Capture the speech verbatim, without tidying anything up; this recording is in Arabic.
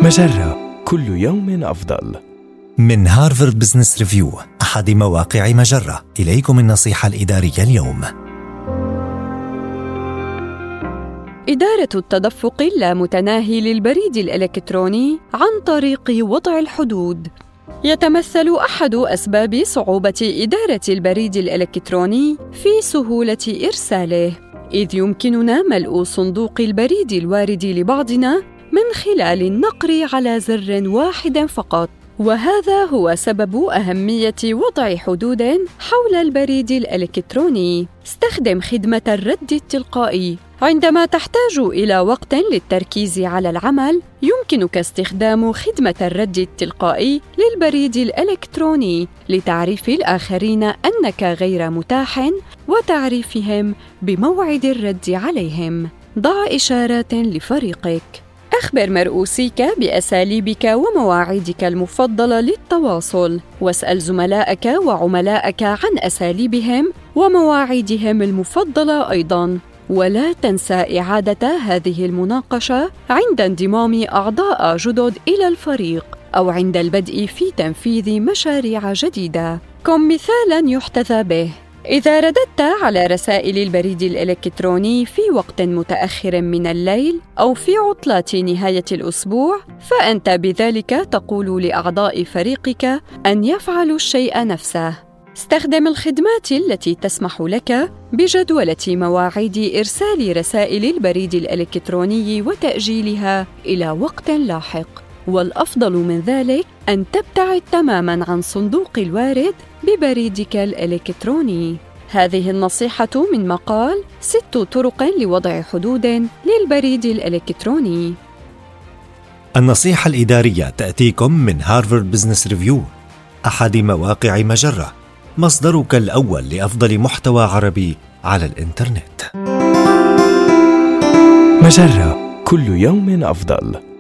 مجرة، كل يوم أفضل. من هارفارد بزنس ريفيو، أحد مواقع مجرة، إليكم النصيحة الإدارية اليوم. إدارة التدفق اللامتناهي للبريد الإلكتروني عن طريق وضع الحدود. يتمثل أحد أسباب صعوبة إدارة البريد الإلكتروني في سهولة إرساله، إذ يمكننا ملء صندوق البريد الوارد لبعضنا من خلال النقر على زر واحد فقط، وهذا هو سبب أهمية وضع حدود حول البريد الإلكتروني. استخدم خدمة الرد التلقائي. عندما تحتاج إلى وقت للتركيز على العمل، يمكنك استخدام خدمة الرد التلقائي للبريد الإلكتروني لتعريف الآخرين أنك غير متاح وتعريفهم بموعد الرد عليهم. ضع إشارات لفريقك. أخبر مرؤوسيك بأساليبك ومواعيدك المفضلة للتواصل، واسأل زملائك وعملائك عن أساليبهم ومواعيدهم المفضلة أيضاً. ولا تنسى إعادة هذه المناقشة عند انضمام أعضاء جدد إلى الفريق أو عند البدء في تنفيذ مشاريع جديدة. كن مثالاً يحتذى به. إذا رددت على رسائل البريد الإلكتروني في وقت متأخر من الليل أو في عطلات نهاية الأسبوع، فأنت بذلك تقول لأعضاء فريقك أن يفعلوا الشيء نفسه. استخدم الخدمات التي تسمح لك بجدولة مواعيد إرسال رسائل البريد الإلكتروني وتأجيلها إلى وقت لاحق. والأفضل من ذلك أن تبتعد تماماً عن صندوق الوارد ببريدك الإلكتروني. هذه النصيحة من مقال ست طرق لوضع حدود للبريد الإلكتروني. النصيحة الإدارية تأتيكم من هارفارد بزنس ريفيو، أحد مواقع مجرة، مصدرك الأول لأفضل محتوى عربي على الإنترنت. مجرة، كل يوم أفضل.